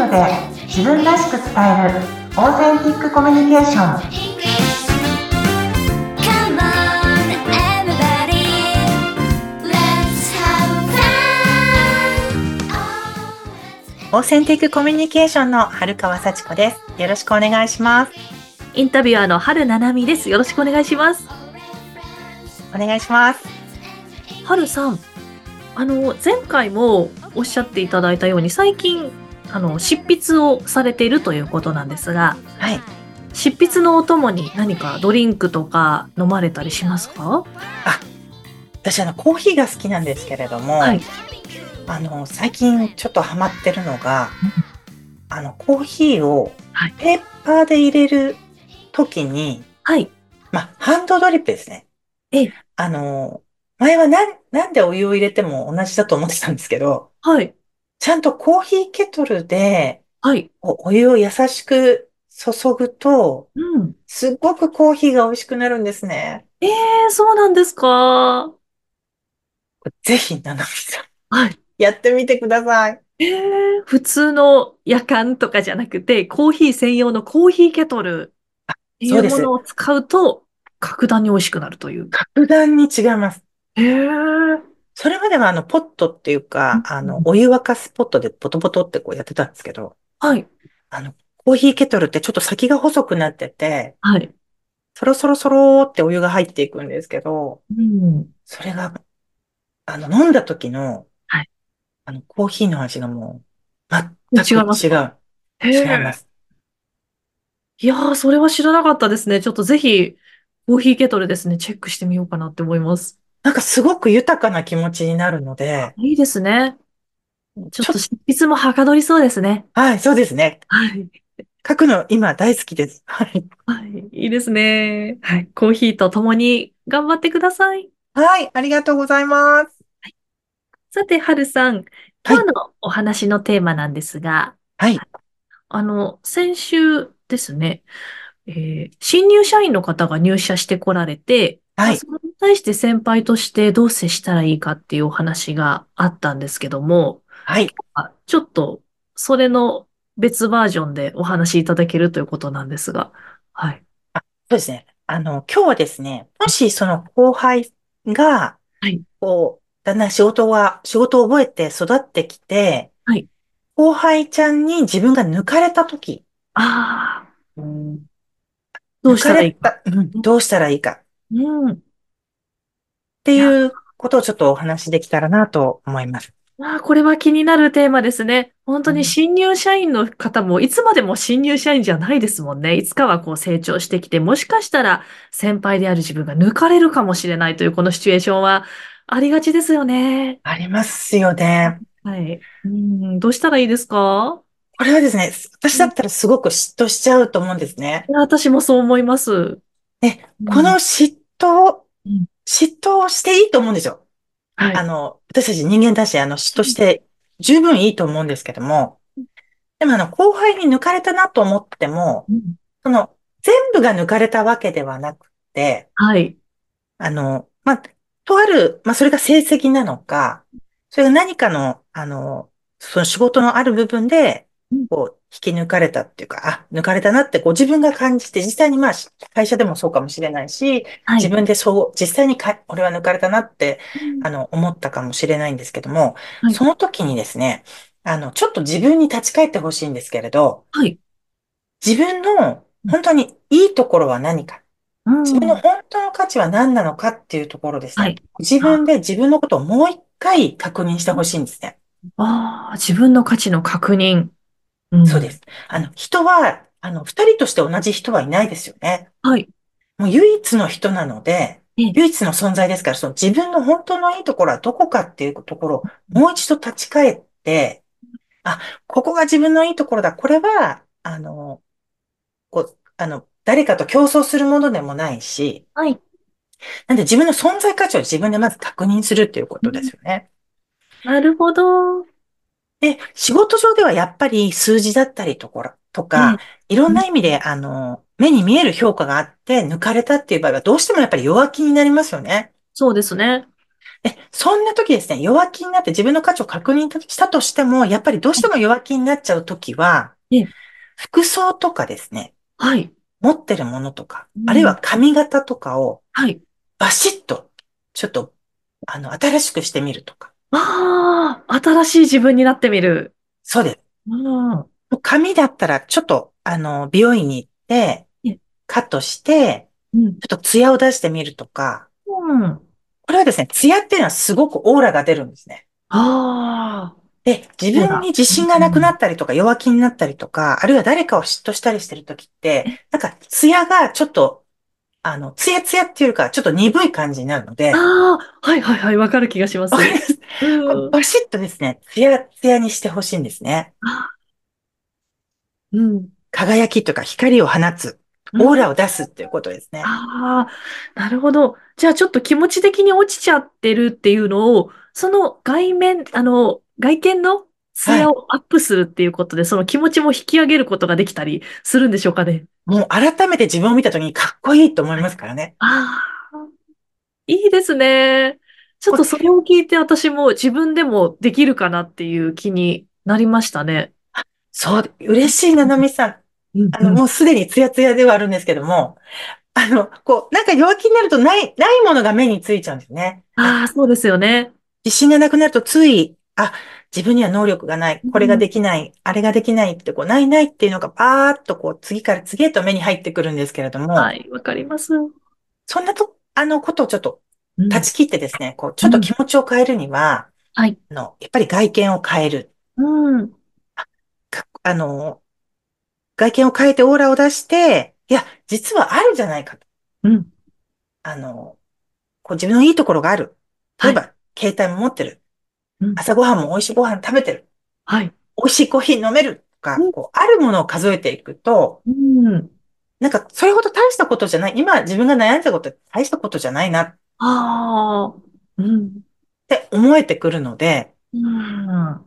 ドで自分らしく伝えるオーセンティックコミュニケーション。オーセンティックコミュニケーションの春川幸子です。よろしくお願いします。 インタビュアーの春七海です。よろしくお願いします。 お願いします。 春さん、前回もおっしゃっていただいたように、最近、執筆をされているということなんですが、 はい。 執筆のお供に何かドリンクとか飲まれたりしますか？ 私コーヒーが好きなんですけれども、 はい。 最近ちょっとハマってるのが、コーヒーをはい。 ペーパーで入れるときに、 はい。 ハンドドリップですね。 ええ。 前はなんでお湯を入れても同じだと思ってたんですけど、 はい。 ちゃんとコーヒーケトルではい。 お湯を優しく注ぐと、 うん。 すっごくコーヒーが美味しくなるんですね。 ええ、そうなんですか？はぜひ、七海さん、 い。 やってみてください。 ええ、普通の夜間とかじゃなくて、コーヒー専用のコーヒーケトルっていそうです。 うものを使うと、格段に美味しくなるという。 格段に違います。 へえ。 それまではポットっていうか、 うん。 お湯沸かすポットでポトポトってこうやってたんですけど、 はい。 コーヒーケトルってちょっと先が細くなってて、 はい。 そろそろそろってお湯が入っていくんですけど、 うん。 それが、飲んだ時の、 はい。 コーヒーの味がもう、全違いくますか？へえ。 違います。 いやー、それは知らなかったですね。ちょっとぜひ、コーヒーケトルですね、チェックしてみようかなって思います。 なんかすごく豊かな気持ちになるので、 いいですね。ちょっちょっと、 と執筆もはかどりそうですね。 はい、そうですね。 はい。 書くの今大好きです。はい。 はい。いいですね。はい。コーヒーと共に頑張ってください。 はい、ありがとうございます。 さて、はるさん、 はい、 今日のお話のテーマなんですが、 はい、 先週ですね、新入社員の方が入社してこられて、 はい、 それに対して先輩としてどう接したらいいかっていうお話があったんですけども、 はい。 ちょっと、それの別バージョンでお話しいただけるということなんですが、はい。 そうですね。今日はですね、もしその後輩が、 はい。 だんだん仕事を覚えて育ってきて、 はい。 後輩ちゃんに自分が抜かれたとき、 ああ、 うん、 どうし抜かたらいいか。 れた、どうしたらいいかっうん。 ていや、 いうことをちょっとお話できたらなと思います。 これは気になるテーマですね。本当にうん、 新入社員の方もいつまでも新入社員じゃないですもんね。いつかはこう成長してきて、もしかしたら先輩である自分が抜かれるかもしれないというこのシチュエーションはありがちですよね。 ありますよね。 はい。うん、どうしたらいいですか？ これはですね、私うん。 だったらすごく嫉妬しちゃうと思うんですね。 私もそう思います。うで、このん。うん。 嫉妬をしていいと思うんですよ。 はい。 私たち人間だし、嫉妬して十分いいと思うんですけども、でも後輩に抜かれたなと思っても、 うん。 全部が抜かれたわけではなくて、 はい。 とある、それが成績なのか、それが何かの、その仕事のある部分で、 うん。 引き抜かれたっていうか、抜かれたなって、自分が感じて、実際に会社でもそうかもしれないし、 はい。 自分で実際に俺は抜かれたなって、 うん。 思ったかもしれないんですけども、 はい。 その時にですね、ちょっと自分に立ち返ってほしいんですけれど、 はい。 自分のうん。 本当にいいところは何か、 う自分のん。 本当の価値は何なのかっていうところですね。 はい。 自分あで自分のことをもう一回確認してほしいんですね。 自分の価値の確認。うん。 そうです。人は、二人として同じ人はいないですよね。 はい。 もう唯一の人なので、 ええ。 唯一の存在ですから、その自分の本当のいいところはどこかっていうところをもう一度立ち返って、あ、ここが自分のいいところだ。これは、誰かと競争するものでもないし、 はい。 なんで自分の存在価値を自分でまず確認するっていうことでうん。 すよね。 なるほど。 で、仕事上ではやっぱり数字だったりとか、 ええ。 いろうん。 んな意味で、目に見える評価があって抜かれたっていう場合はどうしてもやっぱり弱気になりますよね。 そうですね。 そんな時ですね、弱気になって自分の価値を確認したとしても、やっぱりどうしても弱気になっちゃう時は、 え、 服装とかですね、 はい。 持ってるものとか、あるいうん。 は髪型とかをはい。 バシッと、ちょっと、新しくしてみるとか。 ああ、新しい自分になってみる。 そうです。 うん。 もう髪だったら、ちょっと、美容院に行って、 え、 カットして、 うん。 ちょっとツヤを出してみるとか。 うん。 これはですね、ツヤっていうのはすごくオーラが出るんですね。 ああ、 で、自そうだ。 分に自信がなくなったりとか弱気になったりとか、あるいは誰かを嫉妬したりしてるときって、 え、 なんか、ツヤがちょっと、ツヤツヤっていうか、ちょっと鈍い感じになるのあで、 あ、はいはいはい、わかる気がします。 わかります。これうん。 バシッとですね、ツヤツヤにしてほしいんですね。 あ、うん。 輝きとか光を放つ、 うん。 オーラを出すっていうことですね。 ああ、なるほど。じゃあちょっと気持ち的に落ちちゃってるっていうのを、その外面、外見のツはい。 ヤをアップするっていうことで、その気持ちも引き上げることができたりするんでしょうかね。 もう改めて自分を見たときにかっこいいと思いはい。 ますからね。 ああ、いいですね。ちょっこれ、 とそれを聞いて私も自分でもできるかなっていう気になりましたね。 そう、嬉しいななみさん。 うんうん。 もうすでにツヤツヤではあるんですけども、なんか弱気になるとないものが目についちゃうんですね。 ああ、そうですよね。 自信がなくなるとつい、自分には能力がない、これがうん。 できない、あれができないって、ないないっていうのがバーッと次から次へと目に入ってくるんですけれども、 はい、わかります。うそんなことをちょっと断ん。 ち切ってですね、ちょっとうん。 気持ちを変えるには、 はい。 やっぱり外見を変える。 うん。 かあの、外見を変えてオーラを出して、いや、実はあるじゃないかと。 うん。 あの、自分のいいところがある。例はい。 えば、携帯も持ってる。 うん。 朝ごはんも美味しいご飯食べてる。 はい。 美味しいコーヒー飲めるとか、 うん。 あるものを数えていくと、 うん。 なんか、それほど大したことじゃない。今、自分が悩んだことって大したことじゃないなっああ。うん。 て思えてくるので、 うん。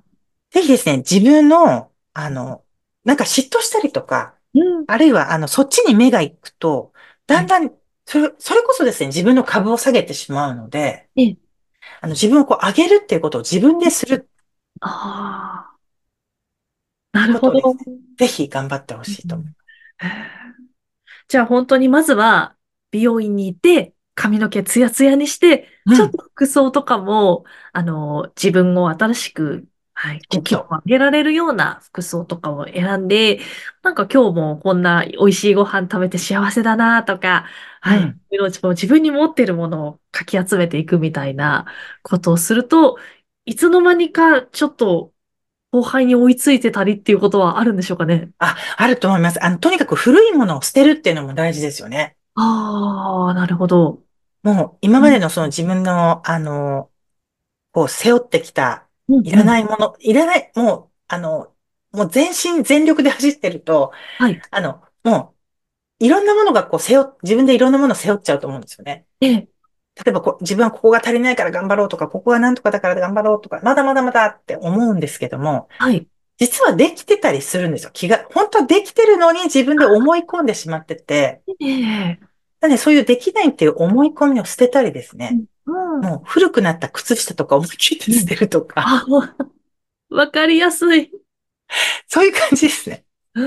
ぜひですね、自分の、なんか嫉妬したりとか、 うん。 あるいは、そっちに目が行くと、 はい。 だんだん、それこそですね、自分の株を下げてしまうので、 ええ。 自分を上げるっていうことを自分でするってああ。なるほど。 ことをですね、ぜひ頑張ってほしいと思いうん。へえ。じゃあ本当にまずは美容院に行って、髪の毛ツヤツヤにして、 ます。うん。 ちょっと服装とかも、自分を新しく、はい、こう気分きっと。 を上げられるような服装とかを選んで、なんか今日もこんな美味しいご飯食べて幸せだなとか、はい、 うん。 いろいろ自分に持っているものをかき集めていくみたいなことをすると、いつの間にかちょっと後輩に追いついてたりっていうことはあるんでしょうかね。 あると思います。とにかく古いものを捨てるっていうのも大事ですよね。 ああ、なるほど。 もう、今うん、 までのその自分の、背負ってきた、 うん、 いうん。 らないもの、いらない、もう全身全力で走ってると、 はい。 もう、いろんなものが自分でいろんなものを背負っちゃうと思うんですよね。 ええ、 例えば自分はここが足りないから頑張ろうとか、ここがなんとかだから頑張ろうとか、まだまだまだって思うんですけども、 はい。 実はできてたりするんですよ。本当はできてるのに自分で思い込んでしまってて、 ええ、 なのでそういうできないっていう思い込みを捨てたりですね。 うん、うん、 もう古くなった靴下とか思い切ってうん。 捨てるとか、 あ、わかりやすい。 そういう感じですね。 うん、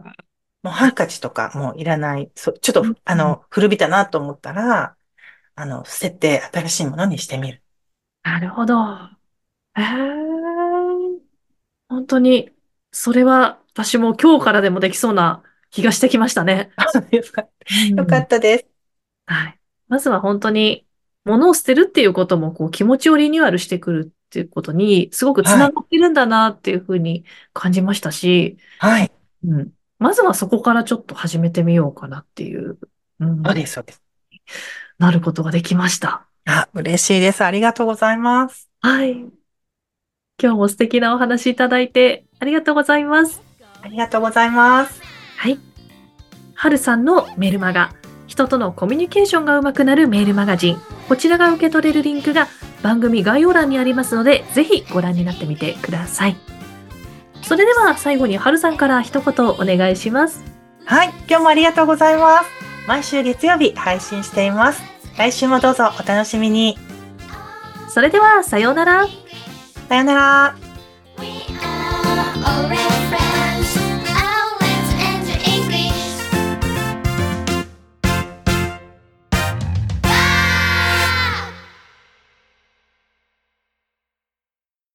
もうハンカチとかもういらない。ちょっと、 うん、 古びたなと思ったら、捨てて新しいものにしてみる。 なるほど。ええ、本当に、それは私も今日からでもできそうな気がしてきましたね。 よかった。 うよかん。 ったです。 はい。まずは本当に、物を捨てるっていうことも、こう、気持ちをリニューアルしてくるっていうことに、すごくつはい。 ながってるんだなっていうふうに感じましたし、 はい。 うん。まずはそこからちょっと始めてみようかなっていう、うん、 そうです、そうです。 なることができました。 嬉しいです。ありがとうございます。 はい。今日も素敵なお話いただいてありがとうございます。 ありがとうございます。 はい。はるさんのメルマガ、人とのコミュニケーションが上手くなるメールマガジン。こちらが受け取れるリンクが番組概要欄にありますので、ぜひご覧になってみてください。それでは最後にはるさんから一言お願いします。 はい。今日もありがとうございます。毎週月曜日配信しています。来週もどうぞお楽しみに。 それでは、さようなら。 さよなら。